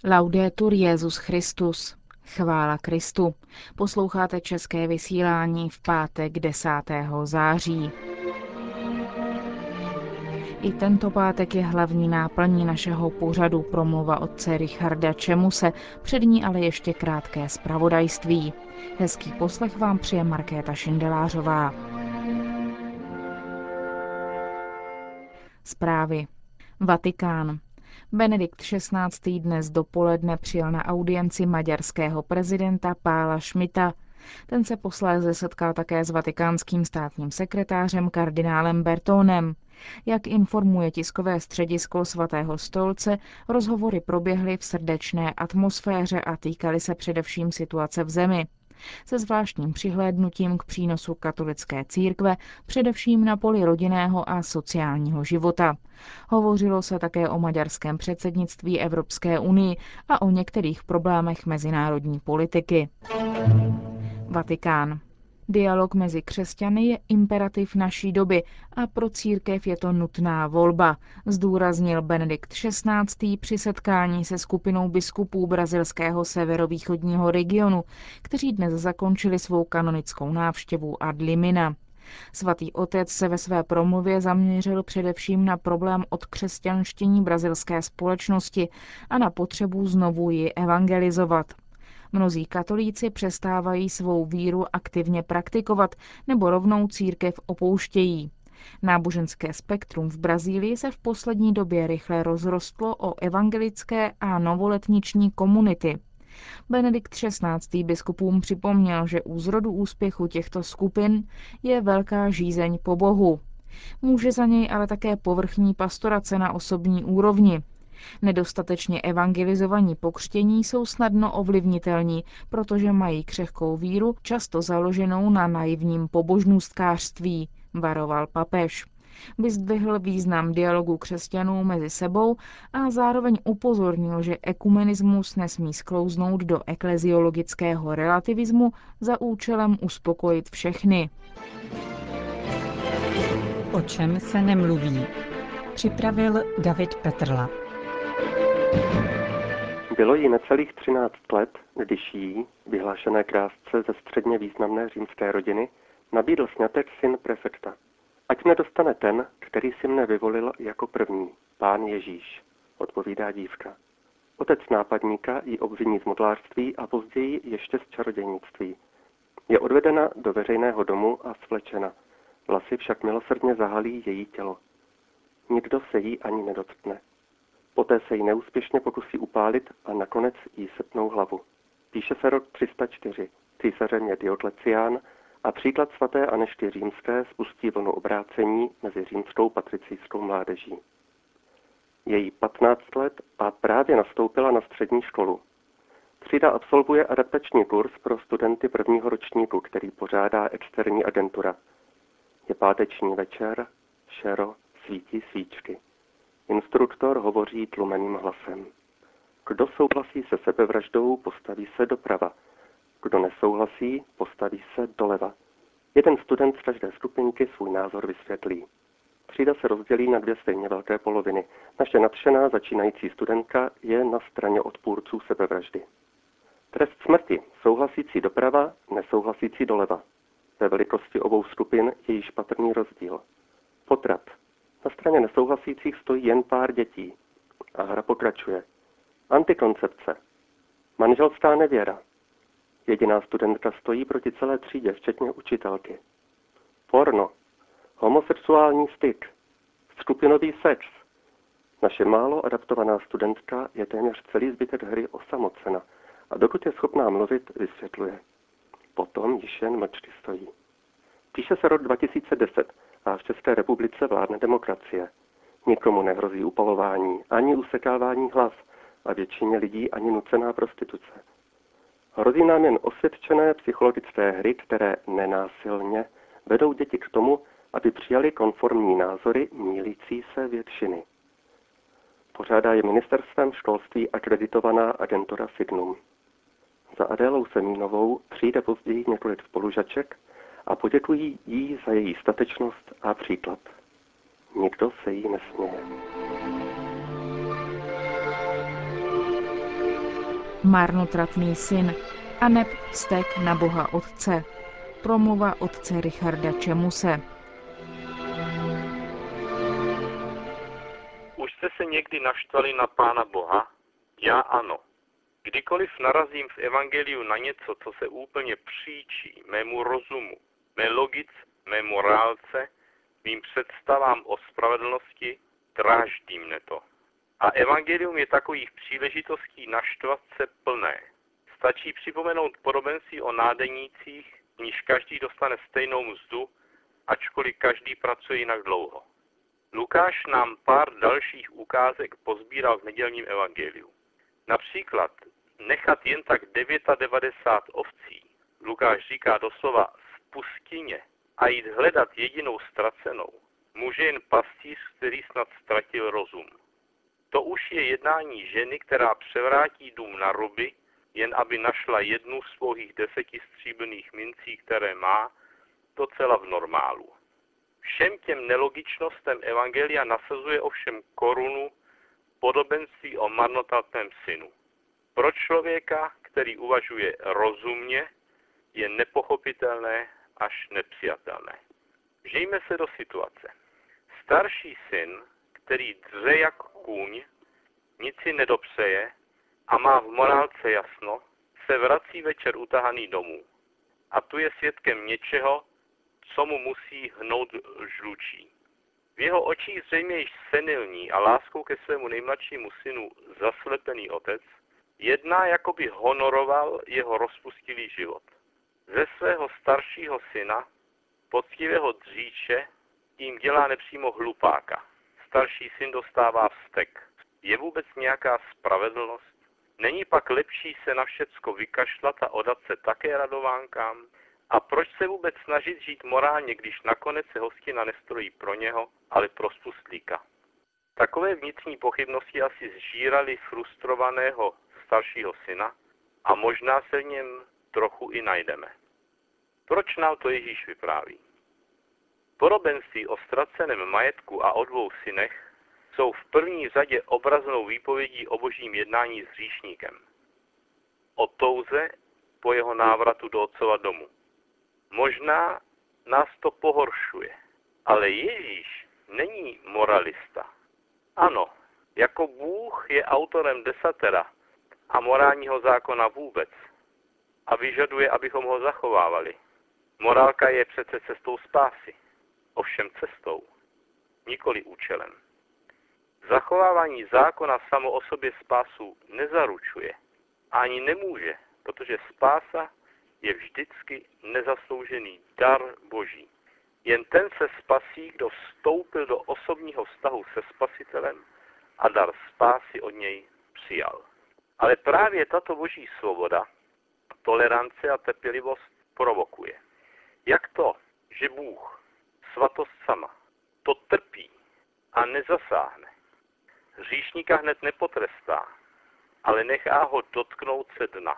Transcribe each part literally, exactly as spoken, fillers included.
Laudetur Jesus Christus. Chvála Kristu. Posloucháte české vysílání v pátek desátého září. I tento pátek je hlavní náplní našeho pořadu promluva otce Richarda Čemuse, před ní ale ještě krátké zpravodajství. Hezký poslech vám přeje Markéta Šindelářová. Zprávy. Vatikán. Benedikt šestnáctý. dnes dopoledne přijel na audienci maďarského prezidenta Pála Schmidta. Ten se posléze setkal také s vatikánským státním sekretářem kardinálem Bertonem. Jak informuje tiskové středisko Svatého stolce, rozhovory proběhly v srdečné atmosféře a týkaly se především situace v zemi. Se zvláštním přihlédnutím k přínosu katolické církve, především na poli rodinného a sociálního života. Hovořilo se také o maďarském předsednictví Evropské unii a o některých problémech mezinárodní politiky. Vatikán. Dialog mezi křesťany je imperativ naší doby a pro církev je to nutná volba, zdůraznil Benedikt šestnáctý. při setkání se skupinou biskupů brazilského severovýchodního regionu, kteří dnes zakončili svou kanonickou návštěvu ad limina. Svatý otec se ve své promluvě zaměřil především na problém odkřesťanštění brazilské společnosti a na potřebu znovu ji evangelizovat. Mnozí katolíci přestávají svou víru aktivně praktikovat nebo rovnou církev opouštějí. Náboženské spektrum v Brazílii se v poslední době rychle rozrostlo o evangelické a novoletniční komunity. Benedikt šestnáctý. biskupům připomněl, že u zrodu úspěchu těchto skupin je velká žízeň po Bohu. Může za něj ale také povrchní pastorace na osobní úrovni. Nedostatečně evangelizovaní pokřtění jsou snadno ovlivnitelní, protože mají křehkou víru, často založenou na naivním pobožnůstkářství, varoval papež. Vyzdvihl význam dialogu křesťanů mezi sebou a zároveň upozornil, že ekumenismus nesmí sklouznout do ekleziologického relativismu za účelem uspokojit všechny. O čem se nemluví? Připravil David Petrla. Bylo jí necelých třináct let, když jí, vyhlášené krásce ze středně významné římské rodiny, nabídl sňatek syn prefekta. Ať mne dostane ten, který si mne vyvolil jako první, Pán Ježíš, odpovídá dívka. Otec nápadníka ji obviní z modlářství a později ještě z čarodějnictví. Je odvedena do veřejného domu a svlečena. Vlasy však milosrdně zahalí její tělo. Nikdo se jí ani nedotkne. Poté se jí neúspěšně pokusí upálit a nakonec jí setnou hlavu. Píše se rok tři sta čtyři. Císařem je Dioklecián a příklad svaté Anešty Římské spustí vlnu obrácení mezi římskou patricijskou mládeží. Je jí patnáct let a právě nastoupila na střední školu. Třída absolvuje adaptační kurz pro studenty prvního ročníku, který pořádá externí agentura. Je páteční večer, šero, svítí svíčky. Instruktor hovoří tlumeným hlasem. Kdo souhlasí se sebevraždou, postaví se doprava. Kdo nesouhlasí, postaví se doleva. Jeden student z každé skupinky svůj názor vysvětlí. Třída se rozdělí na dvě stejně velké poloviny. Naše nadšená začínající studentka je na straně odpůrců sebevraždy. Trest smrti, souhlasící doprava, nesouhlasící doleva. Ve velikosti obou skupin je již patrný rozdíl. Potrat. Na straně nesouhlasících stojí jen pár dětí. A hra pokračuje. Antikoncepce. Manželská nevěra. Jediná studentka stojí proti celé třídě, včetně učitelky. Porno. Homosexuální styk. Skupinový sex. Naše málo adaptovaná studentka je téměř celý zbytek hry osamocena a dokud je schopná mluvit, vysvětluje. Potom již jen mlčky stojí. Píše se rok dva tisíce deset a v České republice vládne demokracie. Nikomu nehrozí upalování, ani usekávání hlav a většině lidí ani nucená prostituce. Hrozí nám jen osvědčené psychologické hry, které nenásilně vedou děti k tomu, aby přijali konformní názory mýlící se většiny. Pořádá je ministerstvem školství akreditovaná agentura Signum. Za Adélou Semínovou přijde později několik spolužaček a poděkují jí za její statečnost a příklad. Nikdo se jí nesměje. Marnotratný syn aneb vztek na Boha Otce. Promluva otce Richarda Čemuse. Už jste se někdy naštvali na Pána Boha? Já ano. Kdykoliv narazím v evangeliu na něco, co se úplně příčí mému rozumu, mé logice, mé morálce, mým představám o spravedlnosti, dráždí mne to. A evangelium je takových příležitostí naštvat se plné. Stačí připomenout podobenství o nádenících, v níž každý dostane stejnou mzdu, ačkoliv každý pracuje jinak dlouho. Lukáš nám pár dalších ukázek pozbíral v nedělním evangeliu. Například nechat jen tak devadesát devět ovcí, Lukáš říká doslova v pustině, a jít hledat jedinou ztracenou, může jen pastýř, který snad ztratil rozum. To už je jednání ženy, která převrátí dům na ruby, jen aby našla jednu z pouhých deseti stříbrných mincí, které má, docela v normálu. Všem těm nelogičnostem evangelia nasazuje ovšem korunu podobenství o marnotratném synu. Pro člověka, který uvažuje rozumně, je nepochopitelné až nepřijatelné. Vžijme se do situace. Starší syn, který dře jak kůň, nic si nedopřeje a má v morálce jasno, se vrací večer utahaný domů. A tu je svědkem něčeho, co mu musí hnout žlučí. V jeho očích zřejmě již senilní a láskou ke svému nejmladšímu synu zaslepený otec jedná, jako by honoroval jeho rozpustilý život. Ze svého staršího syna, poctivého dříče, tím dělá nepřímo hlupáka. Starší syn dostává vztek. Je vůbec nějaká spravedlnost? Není pak lepší se na všecko vykašlat a odat se také radovánkám? A proč se vůbec snažit žít morálně, když nakonec se hostina nestrojí pro něho, ale pro spustlíka? Takové vnitřní pochybnosti asi zžírali frustrovaného staršího syna a možná se v něm trochu i najdeme. Proč nám to Ježíš vypráví? Podobenství o ztraceném majetku a o dvou synech jsou v první řadě obraznou výpovědí o božím jednání s hříšníkem. O touze po jeho návratu do otcova domu. Možná nás to pohoršuje, ale Ježíš není moralista. Ano, jako Bůh je autorem desatera a morálního zákona vůbec a vyžaduje, abychom ho zachovávali. Morálka je přece cestou spásy, ovšem cestou, nikoli účelem. Zachovávání zákona samo o sobě spásu nezaručuje, ani nemůže, protože spása je vždycky nezasloužený dar Boží. Jen ten se spasí, kdo vstoupil do osobního vztahu se Spasitelem a dar spásy od něj přijal. Ale právě tato Boží svoboda, tolerance a trpělivost provokuje. Jak to, že Bůh, svatost sama, to trpí a nezasáhne? Hříšníka hned nepotrestá, ale nechá ho dotknout se dna.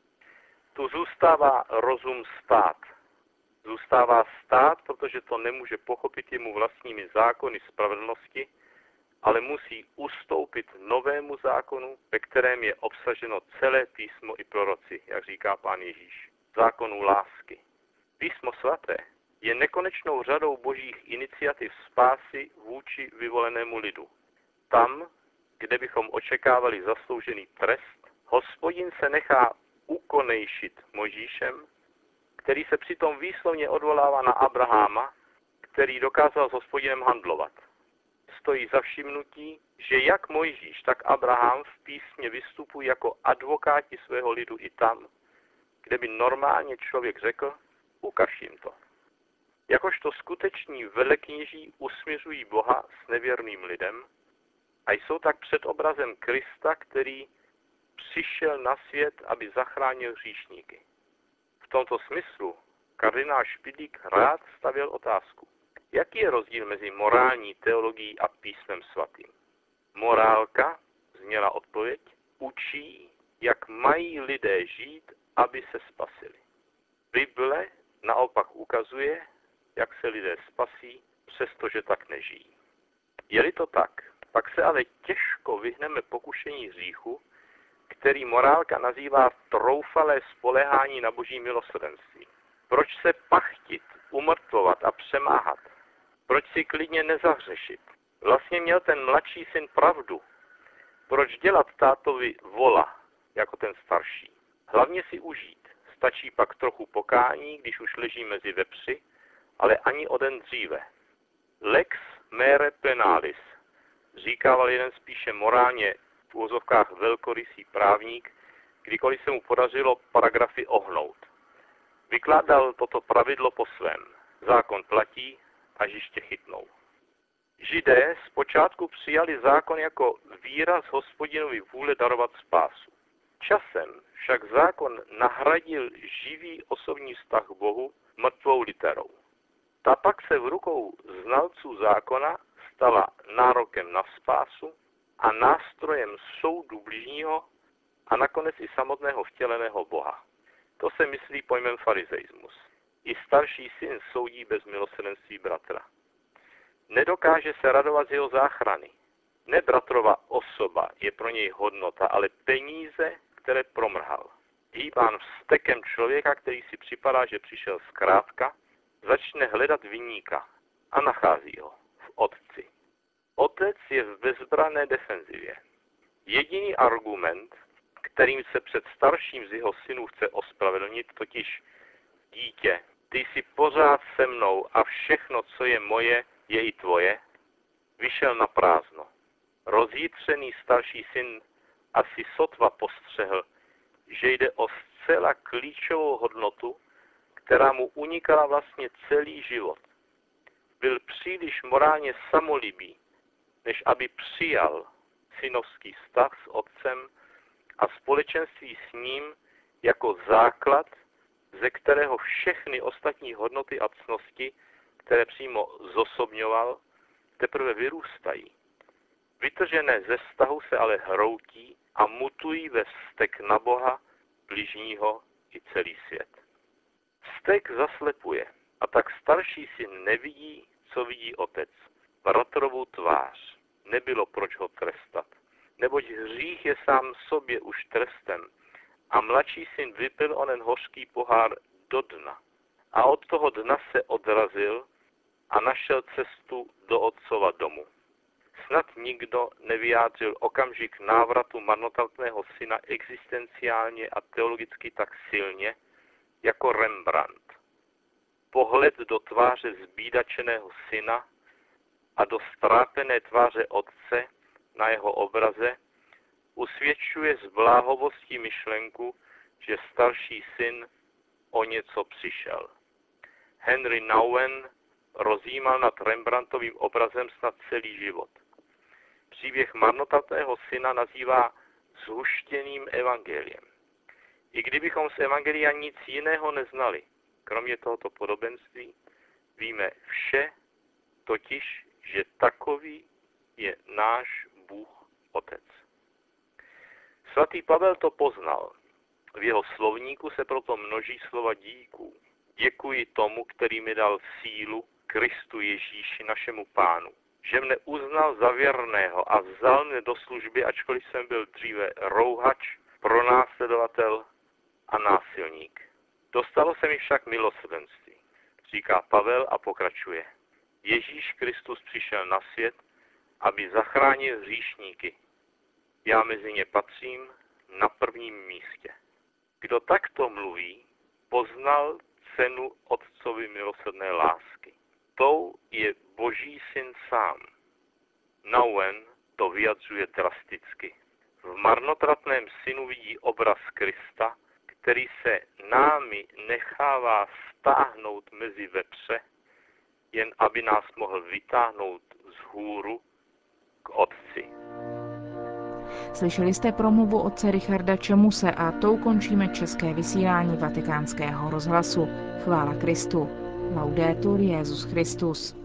Tu zůstává rozum stát. Zůstává stát, protože to nemůže pochopit jemu vlastními zákony spravedlnosti, ale musí ustoupit novému zákonu, ve kterém je obsaženo celé písmo i proroci, jak říká Pán Ježíš, zákonu lásky. Písmo svaté je nekonečnou řadou božích iniciativ spásy vůči vyvolenému lidu. Tam, kde bychom očekávali zasloužený trest, Hospodin se nechá ukonejšit Mojžíšem, který se přitom výslovně odvolává na Abraháma, který dokázal s Hospodinem handlovat. Stojí za všimnutí, že jak Mojžíš, tak Abraham v písmě vystupují jako advokáti svého lidu i tam, kde by normálně člověk řekl, ukaž jim to. Jakožto skuteční velekněží usmiřují Boha s nevěrným lidem a jsou tak před obrazem Krista, který přišel na svět, aby zachránil hříšníky. V tomto smyslu kardinál Špidlík rád stavěl otázku. Jaký je rozdíl mezi morální teologií a písmem svatým? Morálka, zněla odpověď, učí, jak mají lidé žít, aby se spasili. Bible naopak ukazuje, jak se lidé spasí, přestože tak nežijí. Je-li to tak, pak se ale těžko vyhneme pokušení hříchu, který morálka nazývá troufalé spoléhání na boží milosrdenství. Proč se pachtit, umrtvovat a přemáhat? Proč si klidně nezahřešit? Vlastně měl ten mladší syn pravdu. Proč dělat tátovi vola, jako ten starší? Hlavně si užít. Stačí pak trochu pokání, když už leží mezi vepři, ale ani o den dříve. Lex mere penalis, říkával jeden spíše morálně v úvozovkách velkorysý právník, kdykoliv se mu podařilo paragrafy ohnout. Vykládal toto pravidlo po svém. Zákon platí, až ještě chytnou. Židé zpočátku přijali zákon jako výraz Hospodinovy vůle darovat spásu. Časem však zákon nahradil živý osobní vztah k Bohu mrtvou literou. Ta pak se v rukou znalců zákona stala nárokem na spásu a nástrojem soudu bližního a nakonec i samotného vtěleného Boha. To se myslí pojmem farizeismus. I starší syn soudí bez milosrdenství bratra. Nedokáže se radovat z jeho záchrany. Ne bratrova osoba je pro něj hodnota, ale peníze, které promrhal. Hýbán vztekem člověka, který si připadá, že přišel zkrátka, začne hledat viníka a nachází ho v otci. Otec je v bezbranné defenzivě. Jediný argument, kterým se před starším z jeho synů chce ospravedlnit, totiž dítě, ty jsi pořád se mnou a všechno, co je moje, je i tvoje, vyšel na prázdno. Rozjitřený starší syn asi sotva postřehl, že jde o zcela klíčovou hodnotu, která mu unikala vlastně celý život. Byl příliš morálně samolibý, než aby přijal synovský vztah s otcem a společenství s ním jako základ, ze kterého všechny ostatní hodnoty a ctnosti, které přímo zosobňoval, teprve vyrůstají. Vytržené ze vztahu se ale hroutí a mutují ve vztek na Boha, bližního i celý svět. Vztek zaslepuje a tak starší syn nevidí, co vidí otec. Bratrovou tvář. Nebylo proč ho trestat. Neboť hřích je sám sobě už trestem a mladší syn vypil onen hořký pohár do dna. A od toho dna se odrazil a našel cestu do otcova domu. Snad nikdo nevyjádřil okamžik návratu marnotratného syna existenciálně a teologicky tak silně, jako Rembrandt. Pohled do tváře zbídačeného syna a do strápené tváře otce na jeho obraze usvědčuje z bláhovosti myšlenku, že starší syn o něco přišel. Henry Nouwen rozjímal nad Rembrandtovým obrazem snad celý život. Příběh marnotratného syna nazývá zhuštěným evangeliem. I kdybychom z evangelia nic jiného neznali, kromě tohoto podobenství, víme vše, totiž, že takový je náš Bůh Otec. Svatý Pavel to poznal. V jeho slovníku se proto množí slova díků. Děkuji tomu, který mi dal sílu, Kristu Ježíši, našemu Pánu, že mne uznal za věrného a vzal mne do služby, ačkoliv jsem byl dříve rouhač, pronásledovatel a násilník. Dostalo se mi však milosrdenství, říká Pavel a pokračuje. Ježíš Kristus přišel na svět, aby zachránil hříšníky. Já mezi ně patřím na prvním místě. Kdo takto mluví, poznal cenu Otcovy milosrdné lásky. Tou je Boží syn sám. Nouwen to vyjadřuje drasticky. V marnotratném synu vidí obraz Krista, který se námi nechává stáhnout mezi vepře, jen aby nás mohl vytáhnout vzhůru k Otci. Slyšeli jste promluvu otce Richarda Čemuse a tou končíme české vysílání Vatikánského rozhlasu. Chvála Kristu. Laudetur Jesus Christus.